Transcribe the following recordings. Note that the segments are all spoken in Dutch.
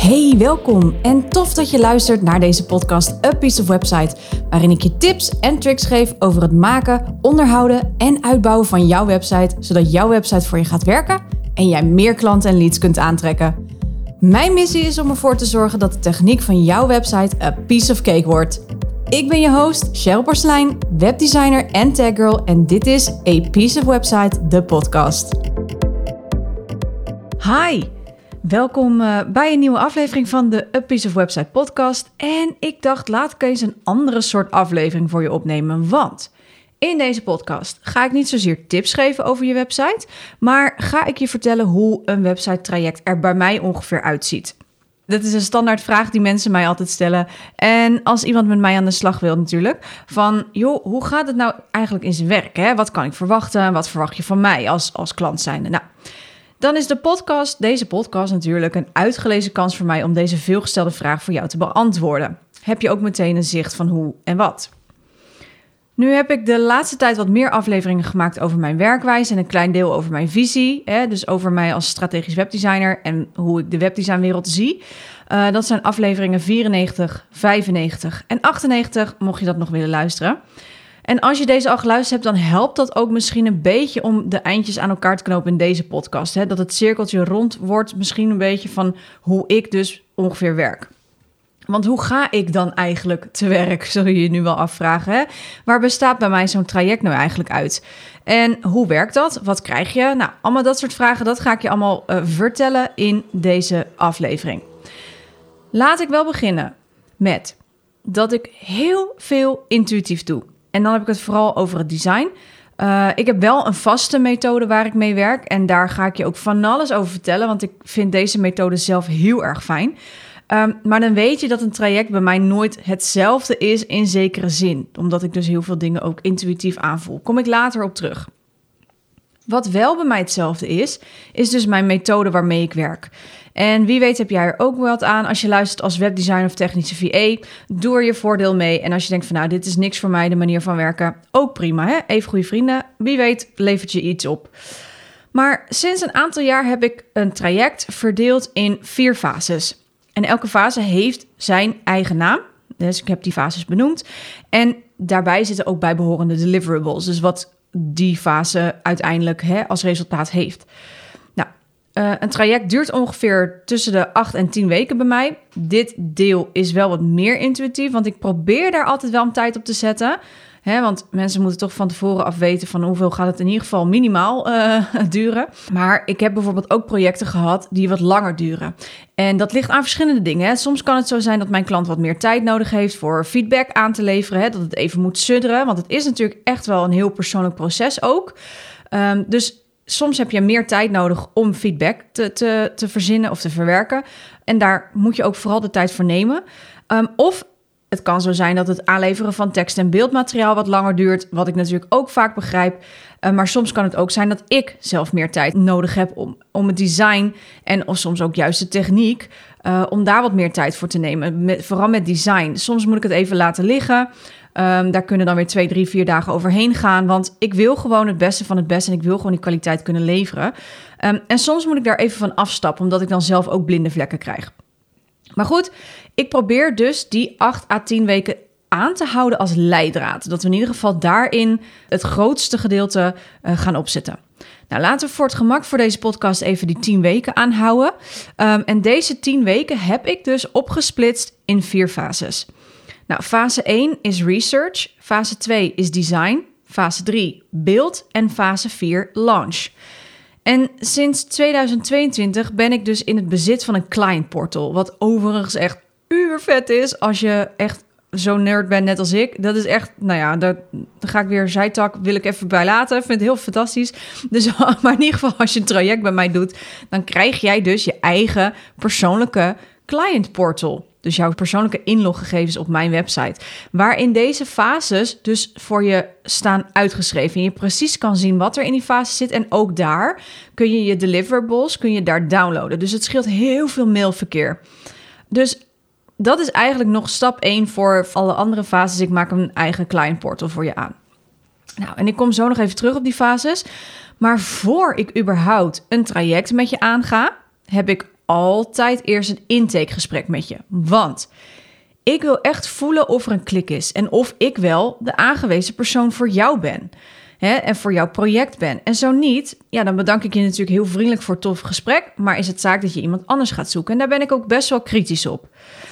Hey, welkom en tof dat je luistert naar deze podcast A Piece of Website, waarin ik je tips en tricks geef over het maken, onderhouden en uitbouwen van jouw website, zodat jouw website voor je gaat werken en jij meer klanten en leads kunt aantrekken. Mijn missie is om ervoor te zorgen dat de techniek van jouw website a piece of cake wordt. Ik ben je host, Cheryl Porcelein, webdesigner en taggirl en dit is A Piece of Website, de podcast. Hi! Welkom bij een nieuwe aflevering van de A Piece of Website podcast. En ik dacht, laat ik eens een andere soort aflevering voor je opnemen. Want in deze podcast ga ik niet zozeer tips geven over je website, maar ga ik je vertellen hoe een website traject er bij mij ongeveer uitziet. Dat is een standaard vraag die mensen mij altijd stellen. En als iemand met mij aan de slag wil natuurlijk, van joh, hoe gaat het nou eigenlijk in zijn werk? Hè? Wat kan ik verwachten? Wat verwacht je van mij als klant zijnde? Nou, dan is deze podcast natuurlijk een uitgelezen kans voor mij om deze veelgestelde vraag voor jou te beantwoorden. Heb je ook meteen een zicht van hoe en wat? Nu heb ik de laatste tijd wat meer afleveringen gemaakt over mijn werkwijze en een klein deel over mijn visie. Dus over mij als strategisch webdesigner en hoe ik de webdesignwereld zie. Dat zijn afleveringen 94, 95 en 98, mocht je dat nog willen luisteren. En als je deze al geluisterd hebt, dan helpt dat ook misschien een beetje om de eindjes aan elkaar te knopen in deze podcast. Hè? Dat het cirkeltje rond wordt misschien een beetje van hoe ik dus ongeveer werk. Want hoe ga ik dan eigenlijk te werk, zul je je nu wel afvragen. Hè? Waar bestaat bij mij zo'n traject nou eigenlijk uit? En hoe werkt dat? Wat krijg je? Nou, allemaal dat soort vragen, dat ga ik je allemaal vertellen in deze aflevering. Laat ik wel beginnen met dat ik heel veel intuïtief doe. En dan heb ik het vooral over het design. Ik heb wel een vaste methode waar ik mee werk. En daar ga ik je ook van alles over vertellen. Want ik vind deze methode zelf heel erg fijn. Maar dan weet je dat een traject bij mij nooit hetzelfde is in zekere zin. Omdat ik dus heel veel dingen ook intuïtief aanvoel. Kom ik later op terug. Wat wel bij mij hetzelfde is dus mijn methode waarmee ik werk. En wie weet heb jij er ook wat aan als je luistert als webdesigner of technische VA. Doe er je voordeel mee. En als je denkt van nou, dit is niks voor mij, de manier van werken, ook prima. Hè? Even goede vrienden. Wie weet levert je iets op. Maar sinds een aantal jaar heb ik een traject verdeeld in 4 fases. En elke fase heeft zijn eigen naam. Dus ik heb die fases benoemd. En daarbij zitten ook bijbehorende deliverables. Dus wat die fase uiteindelijk als resultaat heeft. Een traject duurt ongeveer tussen de 8 en 10 weken bij mij. Dit deel is wel wat meer intuïtief, want ik probeer daar altijd wel een tijd op te zetten. Want mensen moeten toch van tevoren afweten van hoeveel gaat het in ieder geval minimaal duren. Maar ik heb bijvoorbeeld ook projecten gehad die wat langer duren. En dat ligt aan verschillende dingen. Soms kan het zo zijn dat mijn klant wat meer tijd nodig heeft voor feedback aan te leveren. Dat het even moet sudderen, want het is natuurlijk echt wel een heel persoonlijk proces ook. Dus soms heb je meer tijd nodig om feedback te verzinnen of te verwerken. En daar moet je ook vooral de tijd voor nemen. Of het kan zo zijn dat het aanleveren van tekst- en beeldmateriaal wat langer duurt. Wat ik natuurlijk ook vaak begrijp. Maar soms kan het ook zijn dat ik zelf meer tijd nodig heb om het design en of soms ook juist de techniek. Om daar wat meer tijd voor te nemen. Vooral met design. Soms moet ik het even laten liggen. Daar kunnen dan weer 2, 3, 4 dagen overheen gaan. Want ik wil gewoon het beste van het beste en ik wil gewoon die kwaliteit kunnen leveren. En soms moet ik daar even van afstappen, omdat ik dan zelf ook blinde vlekken krijg. Maar goed, ik probeer dus die 8 à 10 weken aan te houden als leidraad. Dat we in ieder geval daarin het grootste gedeelte gaan opzetten. Nou, laten we voor het gemak voor deze podcast even die 10 weken aanhouden. En deze 10 weken heb ik dus opgesplitst in 4 fases. Nou, fase 1 is research, fase 2 is design, fase 3 beeld en fase 4 launch. En sinds 2022 ben ik dus in het bezit van een client portal, wat overigens echt ubervet is als je echt zo'n nerd bent net als ik. Dat is echt, daar ga ik weer zijtak, wil ik even bij laten. Ik vind het heel fantastisch. Dus, maar in ieder geval, als je een traject bij mij doet, dan krijg jij dus je eigen persoonlijke client portal. Dus jouw persoonlijke inloggegevens op mijn website. Waarin deze fases dus voor je staan uitgeschreven. En je precies kan zien wat er in die fase zit. En ook daar kun je deliverables daar downloaden. Dus het scheelt heel veel mailverkeer. Dus dat is eigenlijk nog stap 1 voor alle andere fases. Ik maak een eigen client portal voor je aan. Nou, en ik kom zo nog even terug op die fases. Maar voor ik überhaupt een traject met je aanga, heb ik altijd eerst een intakegesprek met je. Want ik wil echt voelen of er een klik is en of ik wel de aangewezen persoon voor jou ben. En voor jouw project ben. En zo niet, dan bedank ik je natuurlijk heel vriendelijk voor het toffe gesprek, maar is het zaak dat je iemand anders gaat zoeken. En daar ben ik ook best wel kritisch op.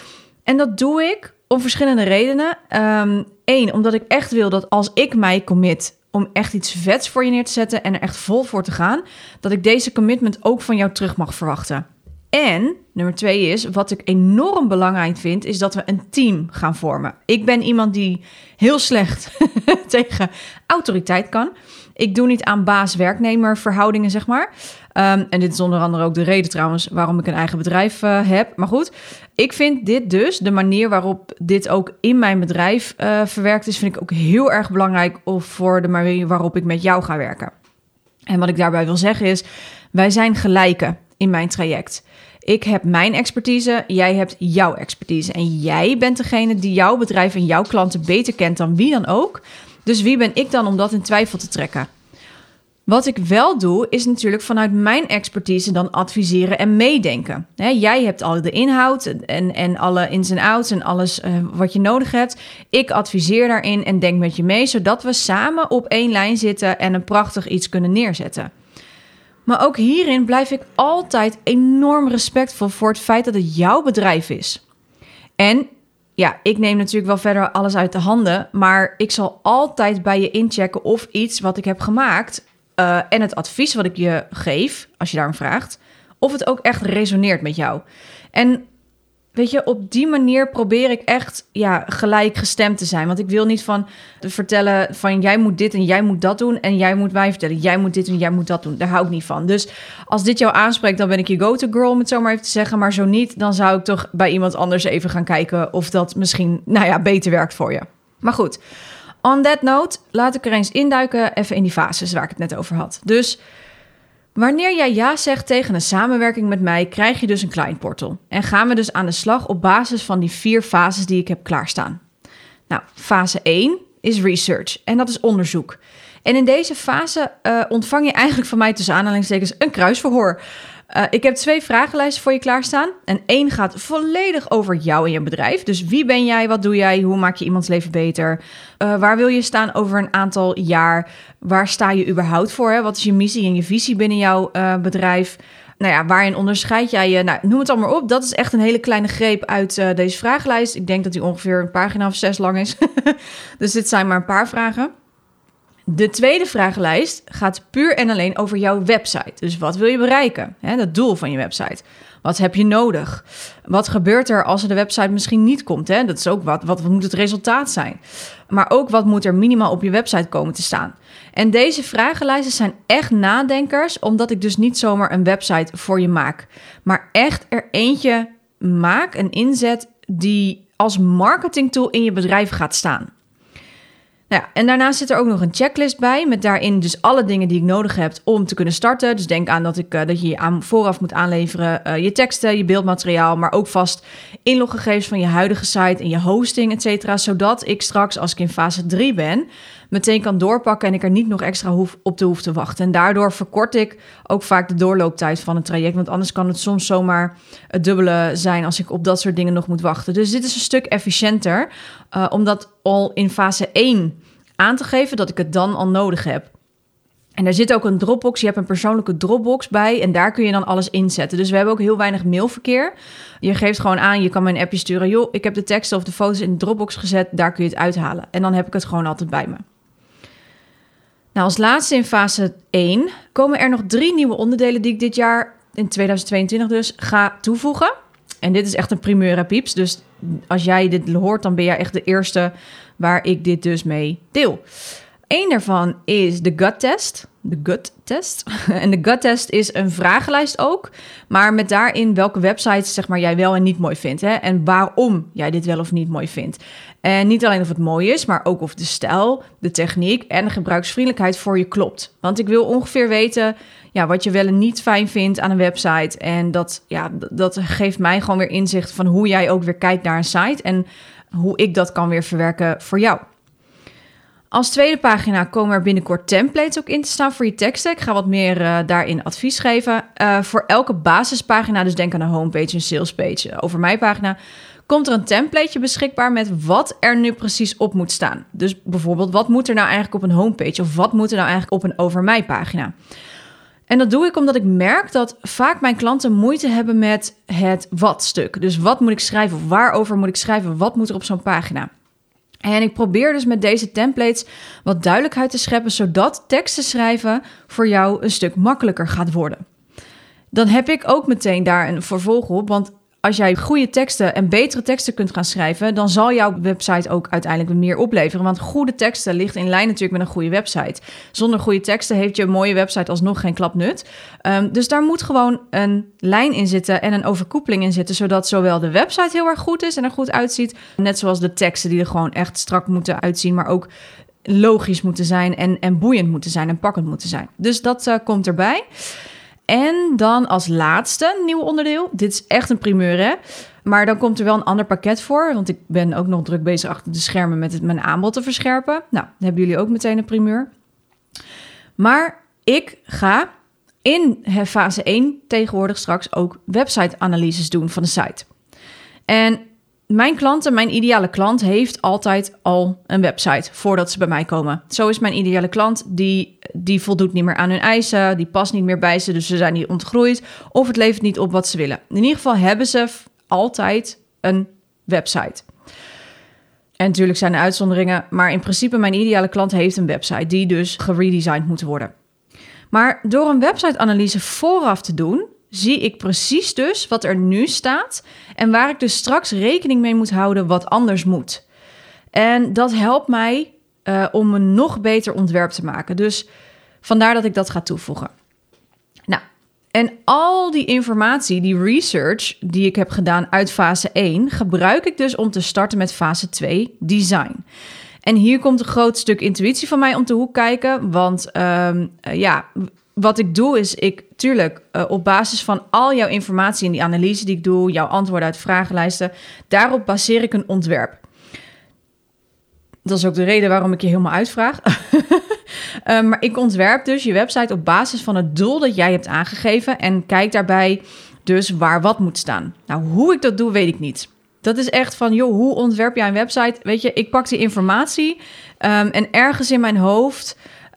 En dat doe ik om verschillende redenen. Eén, omdat ik echt wil dat als ik mij commit om echt iets vets voor je neer te zetten en er echt vol voor te gaan, dat ik deze commitment ook van jou terug mag verwachten. En nummer 2 is, wat ik enorm belangrijk vind, is dat we een team gaan vormen. Ik ben iemand die heel slecht tegen autoriteit kan. Ik doe niet aan baas-werknemer verhoudingen, zeg maar. En dit is onder andere ook de reden trouwens waarom ik een eigen bedrijf heb. Maar goed, ik vind dit dus, de manier waarop dit ook in mijn bedrijf verwerkt is, vind ik ook heel erg belangrijk voor de manier waarop ik met jou ga werken. En wat ik daarbij wil zeggen is, wij zijn gelijken in mijn traject. Ik heb mijn expertise, jij hebt jouw expertise. En jij bent degene die jouw bedrijf en jouw klanten beter kent dan wie dan ook. Dus wie ben ik dan om dat in twijfel te trekken? Wat ik wel doe, is natuurlijk vanuit mijn expertise dan adviseren en meedenken. Jij hebt al de inhoud en alle ins en outs en alles wat je nodig hebt. Ik adviseer daarin en denk met je mee, zodat we samen op één lijn zitten en een prachtig iets kunnen neerzetten. Maar ook hierin blijf ik altijd enorm respectvol voor het feit dat het jouw bedrijf is. En ik neem natuurlijk wel verder alles uit de handen, maar ik zal altijd bij je inchecken of iets wat ik heb gemaakt en het advies wat ik je geef, als je daarom vraagt, of het ook echt resoneert met jou. En weet je, op die manier probeer ik echt gelijkgestemd te zijn. Want ik wil niet vertellen van jij moet dit en jij moet dat doen. En jij moet mij vertellen, jij moet dit en jij moet dat doen. Daar hou ik niet van. Dus als dit jou aanspreekt, dan ben ik je go-to girl, om het zo maar even te zeggen. Maar zo niet, dan zou ik toch bij iemand anders even gaan kijken of dat misschien, beter werkt voor je. Maar goed, on that note, laat ik er eens induiken, even in die fases waar ik het net over had. Dus wanneer jij ja zegt tegen een samenwerking met mij, krijg je dus een client portal. En gaan we dus aan de slag op basis van die 4 fases die ik heb klaarstaan. Nou, fase 1 is research en dat is onderzoek. En in deze fase ontvang je eigenlijk van mij tussen aanhalingstekens een kruisverhoor. Ik heb 2 vragenlijsten voor je klaarstaan. En 1 gaat volledig over jou en je bedrijf. Dus wie ben jij, wat doe jij, hoe maak je iemands leven beter? Waar wil je staan over een aantal jaar? Waar sta je überhaupt voor? Hè? Wat is je missie en je visie binnen jouw bedrijf? Waarin onderscheid jij je? Noem het allemaal op. Dat is echt een hele kleine greep uit deze vragenlijst. Ik denk dat die ongeveer een pagina of 6 lang is. Dus dit zijn maar een paar vragen. De tweede vragenlijst gaat puur en alleen over jouw website. Dus wat wil je bereiken? Het doel van je website. Wat heb je nodig? Wat gebeurt er als de website misschien niet komt? Dat is ook wat moet het resultaat zijn? Maar ook wat moet er minimaal op je website komen te staan? En deze vragenlijsten zijn echt nadenkers, omdat ik dus niet zomaar een website voor je maak. Maar echt er eentje maak, een inzet die als marketingtool in je bedrijf gaat staan. En daarnaast zit er ook nog een checklist bij, met daarin dus alle dingen die ik nodig heb om te kunnen starten. Dus denk aan dat je je vooraf moet aanleveren, je teksten, je beeldmateriaal, maar ook vast inloggegevens van je huidige site en je hosting, et cetera. Zodat ik straks, als ik in fase 3 ben, meteen kan doorpakken en ik er niet nog extra op te wachten. En daardoor verkort ik ook vaak de doorlooptijd van het traject, want anders kan het soms zomaar het dubbele zijn als ik op dat soort dingen nog moet wachten. Dus dit is een stuk efficiënter, omdat al in fase 1 aan te geven dat ik het dan al nodig heb. En daar zit ook een Dropbox. Je hebt een persoonlijke Dropbox bij en daar kun je dan alles inzetten. Dus we hebben ook heel weinig mailverkeer. Je geeft gewoon aan, je kan me een appje sturen. Joh, ik heb de teksten of de foto's in de Dropbox gezet. Daar kun je het uithalen. En dan heb ik het gewoon altijd bij me. Als laatste in fase 1 komen er nog 3 nieuwe onderdelen die ik dit jaar, in 2022 dus, ga toevoegen. En dit is echt een primeur, hè, pieps. Dus als jij dit hoort, dan ben jij echt de eerste waar ik dit dus mee deel. Eén daarvan is de gut test. De gut test. En de gut test is een vragenlijst ook. Maar met daarin welke websites jij wel en niet mooi vindt. Hè? En waarom jij dit wel of niet mooi vindt. En niet alleen of het mooi is, maar ook of de stijl, de techniek en de gebruiksvriendelijkheid voor je klopt. Want ik wil ongeveer weten wat je wel en niet fijn vindt aan een website. En dat geeft mij gewoon weer inzicht van hoe jij ook weer kijkt naar een site. En hoe ik dat kan weer verwerken voor jou. Als tweede pagina komen er binnenkort templates ook in te staan voor je teksten. Ik ga wat meer daarin advies geven. Voor elke basispagina, dus denk aan een homepage, een salespage, over mijn pagina, komt er een templateje beschikbaar met wat er nu precies op moet staan. Dus bijvoorbeeld, wat moet er nou eigenlijk op een homepage of wat moet er nou eigenlijk op een over mij pagina? En dat doe ik omdat ik merk dat vaak mijn klanten moeite hebben met het wat-stuk. Dus wat moet ik schrijven of waarover moet ik schrijven? Wat moet er op zo'n pagina? En ik probeer dus met deze templates wat duidelijkheid te scheppen, zodat teksten schrijven voor jou een stuk makkelijker gaat worden. Dan heb ik ook meteen daar een vervolg op, want als jij goede teksten en betere teksten kunt gaan schrijven, dan zal jouw website ook uiteindelijk meer opleveren. Want goede teksten ligt in lijn natuurlijk met een goede website. Zonder goede teksten heeft je mooie website alsnog geen klap nut. Dus daar moet gewoon een lijn in zitten en een overkoepeling in zitten, zodat zowel de website heel erg goed is en er goed uitziet, net zoals de teksten die er gewoon echt strak moeten uitzien, maar ook logisch moeten zijn en boeiend moeten zijn en pakkend moeten zijn. Dus dat komt erbij. En dan als laatste nieuw onderdeel. Dit is echt een primeur, hè? Maar dan komt er wel een ander pakket voor. Want ik ben ook nog druk bezig achter de schermen met mijn aanbod te verscherpen. Nou, dan hebben jullie ook meteen een primeur. Maar ik ga in fase 1 tegenwoordig straks ook website-analyses doen van de site. En mijn klanten, mijn ideale klant, heeft altijd al een website voordat ze bij mij komen. Zo is mijn ideale klant, die voldoet niet meer aan hun eisen, die past niet meer bij ze, dus ze zijn niet ontgroeid of het levert niet op wat ze willen. In ieder geval hebben ze altijd een website. En natuurlijk zijn er uitzonderingen, maar in principe mijn ideale klant heeft een website die dus geredesigned moet worden. Maar door een website-analyse vooraf te doen, zie ik precies dus wat er nu staat en waar ik dus straks rekening mee moet houden wat anders moet. En dat helpt mij om een nog beter ontwerp te maken. Dus vandaar dat ik dat ga toevoegen. Nou, en al die informatie, die research die ik heb gedaan uit fase 1, gebruik ik dus om te starten met fase 2, design. En hier komt een groot stuk intuïtie van mij om de hoek kijken, want wat ik doe is, op basis van al jouw informatie en die analyse die ik doe, jouw antwoorden uit vragenlijsten, daarop baseer ik een ontwerp. Dat is ook de reden waarom ik je helemaal uitvraag. Maar ik ontwerp dus je website op basis van het doel dat jij hebt aangegeven en kijk daarbij dus waar wat moet staan. Nou, hoe ik dat doe, weet ik niet. Dat is echt van, joh, hoe ontwerp jij een website? Weet je, ik pak die informatie en ergens in mijn hoofd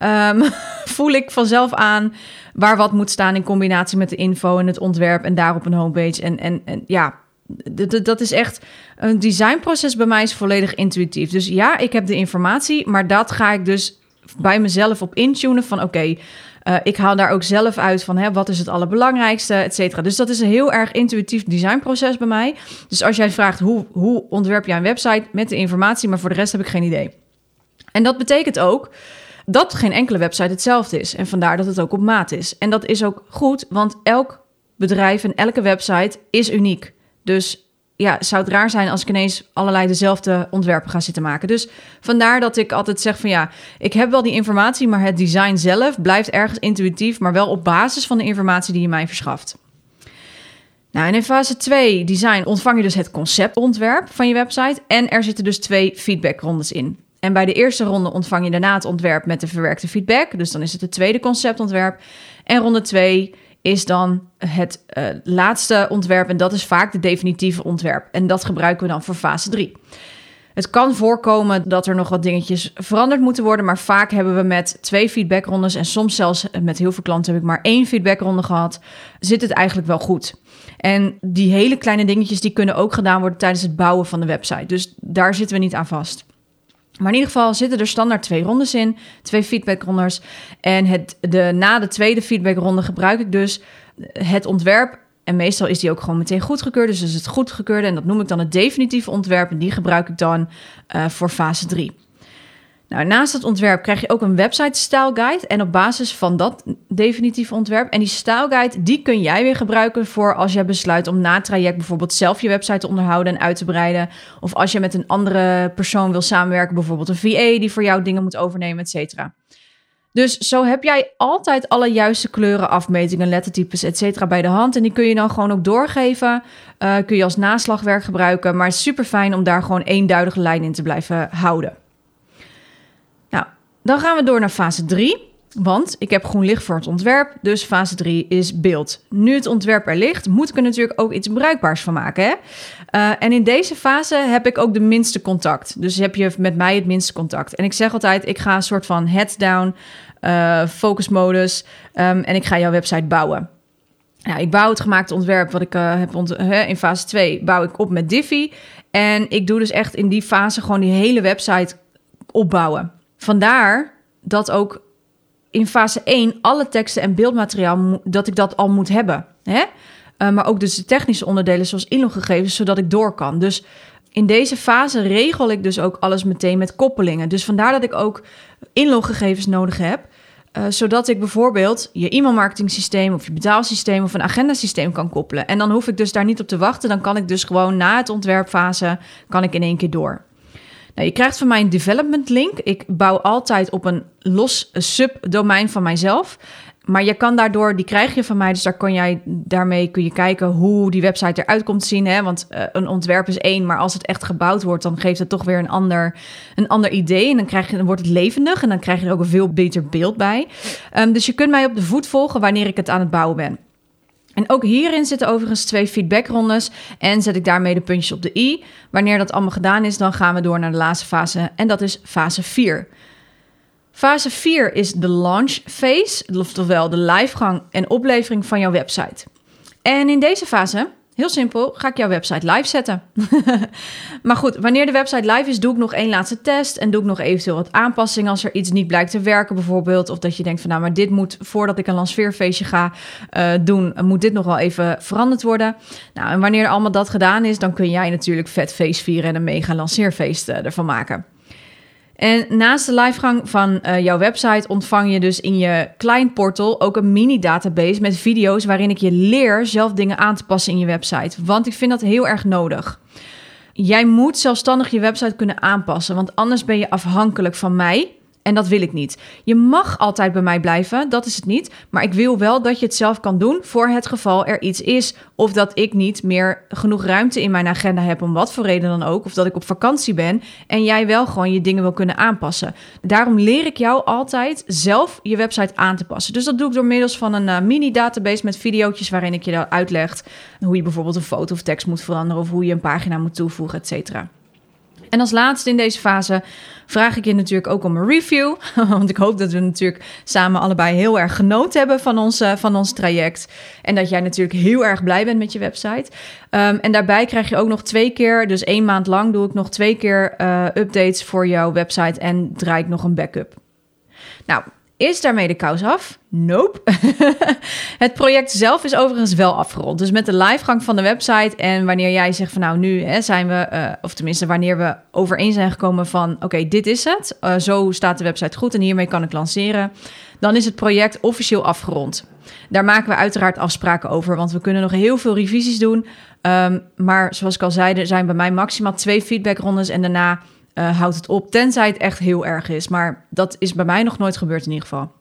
voel ik vanzelf aan waar wat moet staan in combinatie met de info en het ontwerp en daarop een homepage. En ja, dat is echt een designproces bij mij is volledig intuïtief. Dus ja, ik heb de informatie, maar dat ga ik dus bij mezelf op intunen van oké, ik haal daar ook zelf uit van wat is het allerbelangrijkste, et cetera. Dus dat is een heel erg intuïtief designproces bij mij. Dus als jij vraagt hoe ontwerp jij een website met de informatie, maar voor de rest heb ik geen idee. En dat betekent ook dat geen enkele website hetzelfde is. En vandaar dat het ook op maat is. En dat is ook goed, want elk bedrijf en elke website is uniek. Dus ja, zou het raar zijn als ik ineens allerlei dezelfde ontwerpen ga zitten maken. Dus vandaar dat ik altijd zeg van ja, ik heb wel die informatie, maar het design zelf blijft ergens intuïtief, maar wel op basis van de informatie die je mij verschaft. Nou, en in fase 2 design ontvang je dus het conceptontwerp van je website en er zitten dus 2 feedbackrondes in. En bij de eerste ronde ontvang je daarna het ontwerp met de verwerkte feedback. Dus dan is het tweede conceptontwerp. En ronde 2 is dan het laatste ontwerp. En dat is vaak de definitieve ontwerp. En dat gebruiken we dan voor fase 3. Het kan voorkomen dat er nog wat dingetjes veranderd moeten worden. Maar vaak hebben we met 2 feedbackrondes en soms zelfs met heel veel klanten heb ik maar 1 feedbackronde gehad. Zit het eigenlijk wel goed. En die hele kleine dingetjes die kunnen ook gedaan worden tijdens het bouwen van de website. Dus daar zitten we niet aan vast. Maar in ieder geval zitten er standaard 2 rondes in, 2 feedbackrondes. En na de tweede feedbackronde gebruik ik dus het ontwerp. En meestal is die ook gewoon meteen goedgekeurd. Dus is het goedgekeurde en dat noem ik dan het definitieve ontwerp. En die gebruik ik dan voor fase 3. Nou, naast het ontwerp krijg je ook een website style guide. En op basis van dat definitieve ontwerp. En die style guide, die kun jij weer gebruiken voor als jij besluit om na het traject bijvoorbeeld zelf je website te onderhouden en uit te breiden. Of als je met een andere persoon wil samenwerken, bijvoorbeeld een VA die voor jou dingen moet overnemen, et cetera. Dus zo heb jij altijd alle juiste kleuren, afmetingen, lettertypes, et cetera bij de hand. En die kun je dan gewoon ook doorgeven. Kun je als naslagwerk gebruiken. Maar het is super fijn om daar gewoon eenduidige lijn in te blijven houden. Nou, Dan gaan we door naar fase 3. Want ik heb groen licht voor het ontwerp, dus fase 3 is beeld. Nu het ontwerp er ligt, moet ik er natuurlijk ook iets bruikbaars van maken. Hè? En in deze fase heb ik ook de minste contact. Dus heb je met mij het minste contact. En ik zeg altijd, ik ga een soort van heads down, focusmodus en ik ga jouw website bouwen. Nou, ik bouw het gemaakte ontwerp wat ik heb in fase 2 bouw ik op met Divi. En ik doe dus echt in die fase gewoon die hele website opbouwen. Vandaar dat ook in fase 1 alle teksten en beeldmateriaal, dat ik dat al moet hebben. Hè? Maar ook dus de technische onderdelen zoals inloggegevens, zodat ik door kan. Dus in deze fase regel ik dus ook alles meteen met koppelingen. Dus vandaar dat ik ook inloggegevens nodig heb. Zodat ik bijvoorbeeld je e-mailmarketing systeem of je betaalsysteem of een agendasysteem kan koppelen. En dan hoef ik dus daar niet op te wachten. Dan kan ik dus gewoon na het ontwerpfase kan ik in één keer door. Nou, je krijgt van mij een development link. Ik bouw altijd op een los subdomein van mijzelf. Maar je kan daardoor, die krijg je van mij, dus daarmee kun je kijken hoe die website eruit komt te zien. Hè? Want een ontwerp is één, maar als het echt gebouwd wordt, dan geeft het toch weer een ander idee. En dan wordt het levendig en dan krijg je er ook een veel beter beeld bij. Dus je kunt mij op de voet volgen wanneer ik het aan het bouwen ben. En ook hierin zitten overigens 2 feedbackrondes en zet ik daarmee de puntjes op de i. Wanneer dat allemaal gedaan is, dan gaan we door naar de laatste fase en dat is fase 4. Fase 4 is de launch phase, oftewel de livegang en oplevering van jouw website. En in deze fase, heel simpel, ga ik jouw website live zetten. Maar goed, wanneer de website live is, doe ik nog 1 laatste test en doe ik nog eventueel wat aanpassingen als er iets niet blijkt te werken bijvoorbeeld. Of dat je denkt van nou, maar dit moet, voordat ik een lanceerfeestje ga doen, moet dit nog wel even veranderd worden. Nou, en wanneer allemaal dat gedaan is, dan kun jij natuurlijk vet feest vieren en een mega lanceerfeest ervan maken. En naast de livegang van jouw website ontvang je dus in je client portal ook een mini-database met video's waarin ik je leer zelf dingen aan te passen in je website. Want ik vind dat heel erg nodig. Jij moet zelfstandig je website kunnen aanpassen, want anders ben je afhankelijk van mij. En dat wil ik niet. Je mag altijd bij mij blijven, dat is het niet. Maar ik wil wel dat je het zelf kan doen voor het geval er iets is. Of dat ik niet meer genoeg ruimte in mijn agenda heb, om wat voor reden dan ook. Of dat ik op vakantie ben en jij wel gewoon je dingen wil kunnen aanpassen. Daarom leer ik jou altijd zelf je website aan te passen. Dus dat doe ik door middels van een mini-database met video's waarin ik je uitleg hoe je bijvoorbeeld een foto of tekst moet veranderen of hoe je een pagina moet toevoegen, et cetera. En als laatste in deze fase vraag ik je natuurlijk ook om een review. Want ik hoop dat we natuurlijk samen allebei heel erg genoten hebben van ons traject. En dat jij natuurlijk heel erg blij bent met je website. En daarbij krijg je ook nog 2 keer, dus 1 maand lang doe ik nog 2 keer updates voor jouw website en draai ik nog een backup. Nou, is daarmee de kous af? Nope. Het project zelf is overigens wel afgerond. Dus met de livegang van de website en wanneer jij zegt van nou nu zijn we, of tenminste wanneer we overeen zijn gekomen van oké, dit is het. Zo staat de website goed en hiermee kan ik lanceren. Dan is het project officieel afgerond. Daar maken we uiteraard afspraken over, want we kunnen nog heel veel revisies doen. Maar zoals ik al zei, er zijn bij mij maximaal 2 feedbackrondes en daarna houdt het op, tenzij het echt heel erg is. Maar dat is bij mij nog nooit gebeurd in ieder geval.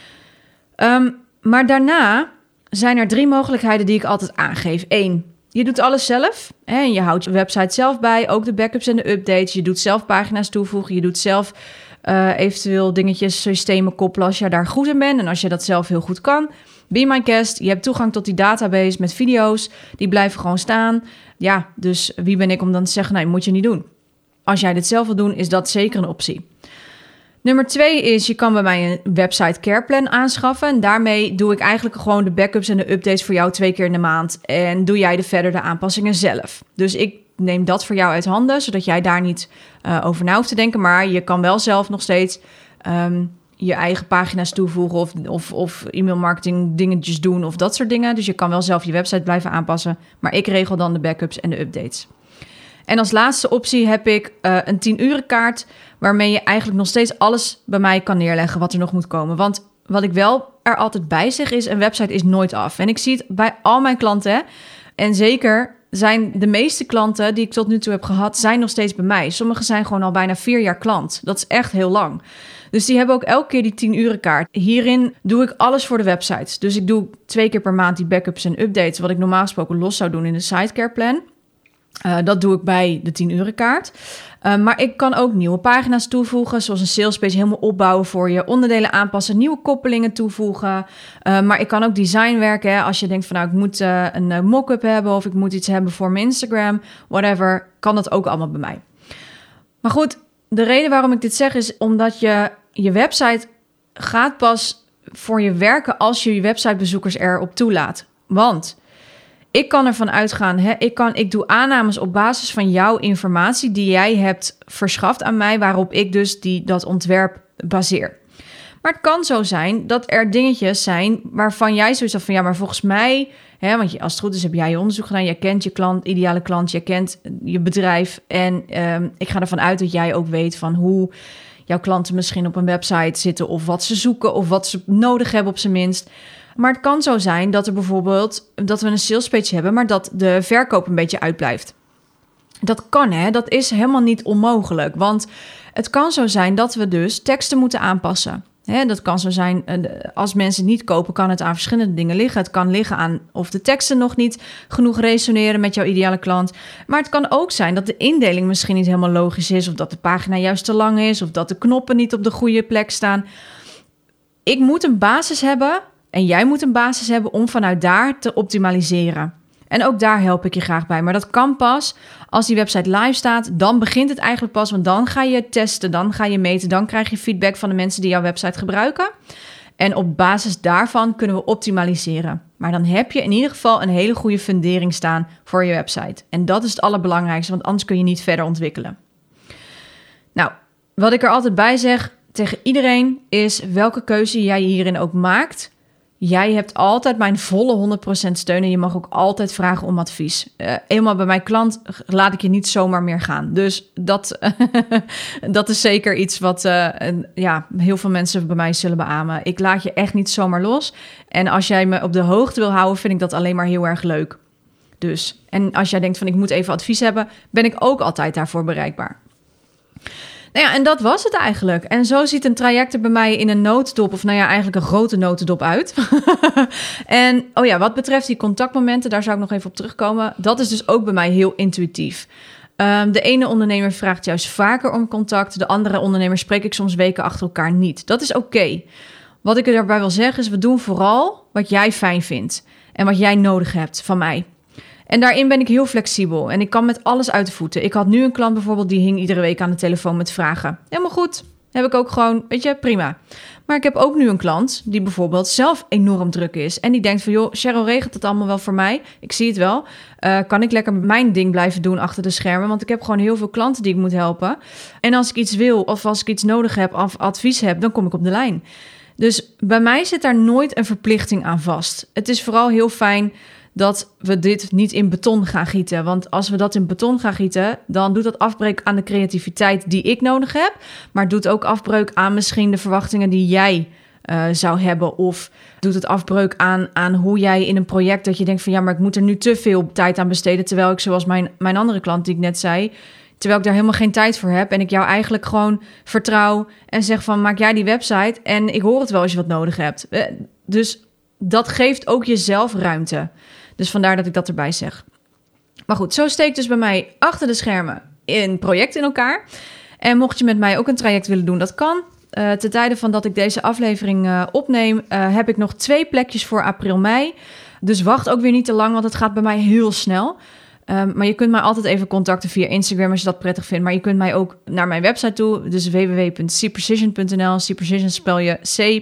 Maar daarna zijn er 3 mogelijkheden die ik altijd aangeef. 1, je doet alles zelf. Hè, en je houdt je website zelf bij, ook de backups en de updates. Je doet zelf pagina's toevoegen. Je doet zelf eventueel dingetjes, systemen koppelen als je daar goed in bent. En als je dat zelf heel goed kan, be my guest. Je hebt toegang tot die database met video's. Die blijven gewoon staan. Ja, dus wie ben ik om dan te zeggen, nee, moet je niet doen. Als jij dit zelf wil doen, is dat zeker een optie. Nummer 2 is, je kan bij mij een website careplan aanschaffen. En daarmee doe ik eigenlijk gewoon de backups en de updates voor jou 2 keer in de maand. En doe jij verder de aanpassingen zelf. Dus ik neem dat voor jou uit handen, zodat jij daar niet over na hoeft te denken. Maar je kan wel zelf nog steeds je eigen pagina's toevoegen of e-mailmarketing dingetjes doen of dat soort dingen. Dus je kan wel zelf je website blijven aanpassen. Maar ik regel dan de backups en de updates. En als laatste optie heb ik een 10-uren kaart waarmee je eigenlijk nog steeds alles bij mij kan neerleggen wat er nog moet komen. Want wat ik wel er altijd bij zeg is, een website is nooit af. En ik zie het bij al mijn klanten. Hè? En zeker zijn de meeste klanten die ik tot nu toe heb gehad, zijn nog steeds bij mij. Sommigen zijn gewoon al bijna 4 jaar klant. Dat is echt heel lang. Dus die hebben ook elke keer die 10-uren kaart. Hierin doe ik alles voor de websites. Dus ik doe 2 keer per maand die backups en updates, wat ik normaal gesproken los zou doen in de site careplan. Dat doe ik bij de 10 euro kaart. Maar ik kan ook nieuwe pagina's toevoegen, zoals een salespage helemaal opbouwen voor je, onderdelen aanpassen, nieuwe koppelingen toevoegen. Maar ik kan ook design werken. Hè. Als je denkt van nou, ik moet een mock-up hebben of ik moet iets hebben voor mijn Instagram, whatever, kan dat ook allemaal bij mij. Maar goed, de reden waarom ik dit zeg is omdat je website gaat pas voor je werken als je websitebezoekers erop toelaat. Want ik kan ervan uitgaan, ik doe aannames op basis van jouw informatie die jij hebt verschaft aan mij, waarop ik dus dat ontwerp baseer. Maar het kan zo zijn dat er dingetjes zijn waarvan jij zoiets had van ja, maar volgens mij, want als het goed is heb jij je onderzoek gedaan, jij kent je klant, ideale klant, je kent je bedrijf en ik ga ervan uit dat jij ook weet van hoe jouw klanten misschien op een website zitten of wat ze zoeken of wat ze nodig hebben op zijn minst. Maar het kan zo zijn dat er bijvoorbeeld dat we een salespage hebben, maar dat de verkoop een beetje uitblijft. Dat kan, dat is helemaal niet onmogelijk. Want het kan zo zijn dat we dus teksten moeten aanpassen. Dat kan zo zijn, als mensen niet kopen, kan het aan verschillende dingen liggen. Het kan liggen aan of de teksten nog niet genoeg resoneren met jouw ideale klant. Maar het kan ook zijn dat de indeling misschien niet helemaal logisch is, of dat de pagina juist te lang is, of dat de knoppen niet op de goede plek staan. Ik moet een basis hebben en jij moet een basis hebben om vanuit daar te optimaliseren. En ook daar help ik je graag bij. Maar dat kan pas als die website live staat. Dan begint het eigenlijk pas, want dan ga je testen, dan ga je meten, dan krijg je feedback van de mensen die jouw website gebruiken. En op basis daarvan kunnen we optimaliseren. Maar dan heb je in ieder geval een hele goede fundering staan voor je website. En dat is het allerbelangrijkste, want anders kun je niet verder ontwikkelen. Nou, wat ik er altijd bij zeg tegen iedereen is welke keuze jij hierin ook maakt. Jij hebt altijd mijn volle 100% steun en je mag ook altijd vragen om advies. Eenmaal bij mijn klant laat ik je niet zomaar meer gaan. Dus dat is zeker iets wat heel veel mensen bij mij zullen beamen. Ik laat je echt niet zomaar los. En als jij me op de hoogte wil houden, vind ik dat alleen maar heel erg leuk. Dus, en als jij denkt van ik moet even advies hebben, ben ik ook altijd daarvoor bereikbaar. Nou ja, en dat was het eigenlijk. En zo ziet een traject er bij mij in een notendop, of eigenlijk een grote notendop uit. En wat betreft die contactmomenten, daar zou ik nog even op terugkomen. Dat is dus ook bij mij heel intuïtief. De ene ondernemer vraagt juist vaker om contact. De andere ondernemer spreek ik soms weken achter elkaar niet. Dat is oké. Wat ik er daarbij wil zeggen is, we doen vooral wat jij fijn vindt. En wat jij nodig hebt van mij. En daarin ben ik heel flexibel en ik kan met alles uit de voeten. Ik had nu een klant bijvoorbeeld, die hing iedere week aan de telefoon met vragen. Helemaal goed, heb ik ook gewoon, prima. Maar ik heb ook nu een klant die bijvoorbeeld zelf enorm druk is. En die denkt van, joh, Cheryl, regelt het allemaal wel voor mij? Ik zie het wel. Kan ik lekker mijn ding blijven doen achter de schermen? Want ik heb gewoon heel veel klanten die ik moet helpen. En als ik iets wil of als ik iets nodig heb of advies heb, dan kom ik op de lijn. Dus bij mij zit daar nooit een verplichting aan vast. Het is vooral heel fijn dat we dit niet in beton gaan gieten. Want als we dat in beton gaan gieten, dan doet dat afbreuk aan de creativiteit die ik nodig heb. Maar het doet ook afbreuk aan misschien de verwachtingen die jij zou hebben. Of doet het afbreuk aan hoe jij in een project, dat je denkt van ja, maar ik moet er nu te veel tijd aan besteden. Terwijl ik, zoals mijn andere klant die ik net zei, terwijl ik daar helemaal geen tijd voor heb en ik jou eigenlijk gewoon vertrouw en zeg van maak jij die website en ik hoor het wel als je wat nodig hebt. Dus dat geeft ook jezelf ruimte. Dus vandaar dat ik dat erbij zeg. Maar goed, zo steekt dus bij mij achter de schermen een project in elkaar. En mocht je met mij ook een traject willen doen, dat kan. Ten tijde van dat ik deze aflevering opneem, heb ik nog 2 plekjes voor april, mei. Dus wacht ook weer niet te lang, want het gaat bij mij heel snel. Maar je kunt mij altijd even contacten via Instagram als je dat prettig vindt. Maar je kunt mij ook naar mijn website toe. Dus www.cprecision.nl. Cprecision spel je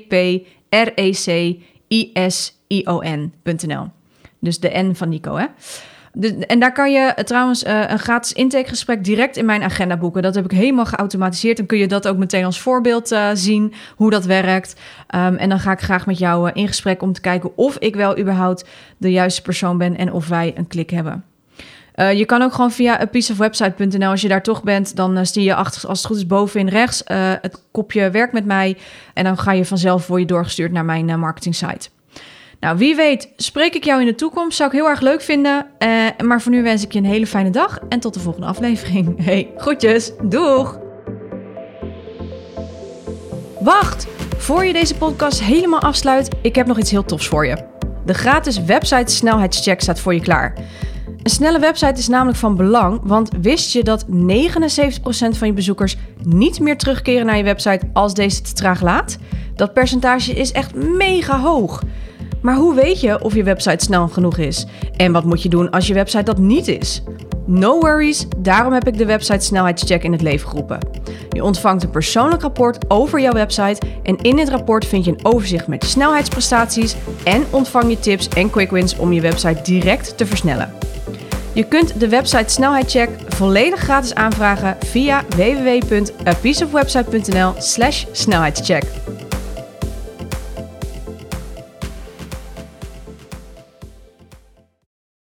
CPRECISION.nl. Dus de N van Nico, hè? En daar kan je trouwens een gratis intakegesprek direct in mijn agenda boeken. Dat heb ik helemaal geautomatiseerd. Dan kun je dat ook meteen als voorbeeld zien, hoe dat werkt. En dan ga ik graag met jou in gesprek om te kijken of ik wel überhaupt de juiste persoon ben en of wij een klik hebben. Je kan ook gewoon via apieceofwebsite.nl, als je daar toch bent, dan zie je achter, als het goed is, bovenin rechts het kopje werk met mij. En dan ga je vanzelf, word je doorgestuurd naar mijn marketing site. Nou, wie weet spreek ik jou in de toekomst. Zou ik heel erg leuk vinden. Maar voor nu wens ik je een hele fijne dag en tot de volgende aflevering. Hey, groetjes. Doeg! Wacht! Voor je deze podcast helemaal afsluit, ik heb nog iets heel tofs voor je. De gratis website snelheidscheck staat voor je klaar. Een snelle website is namelijk van belang, want wist je dat 79% van je bezoekers niet meer terugkeren naar je website als deze te traag laat? Dat percentage is echt mega hoog. Maar hoe weet je of je website snel genoeg is? En wat moet je doen als je website dat niet is? No worries, daarom heb ik de website snelheidscheck in het leven geroepen. Je ontvangt een persoonlijk rapport over jouw website en in dit rapport vind je een overzicht met snelheidsprestaties en ontvang je tips en quick wins om je website direct te versnellen. Je kunt de website snelheidscheck volledig gratis aanvragen via www.apieceofwebsite.nl/snelheidscheck.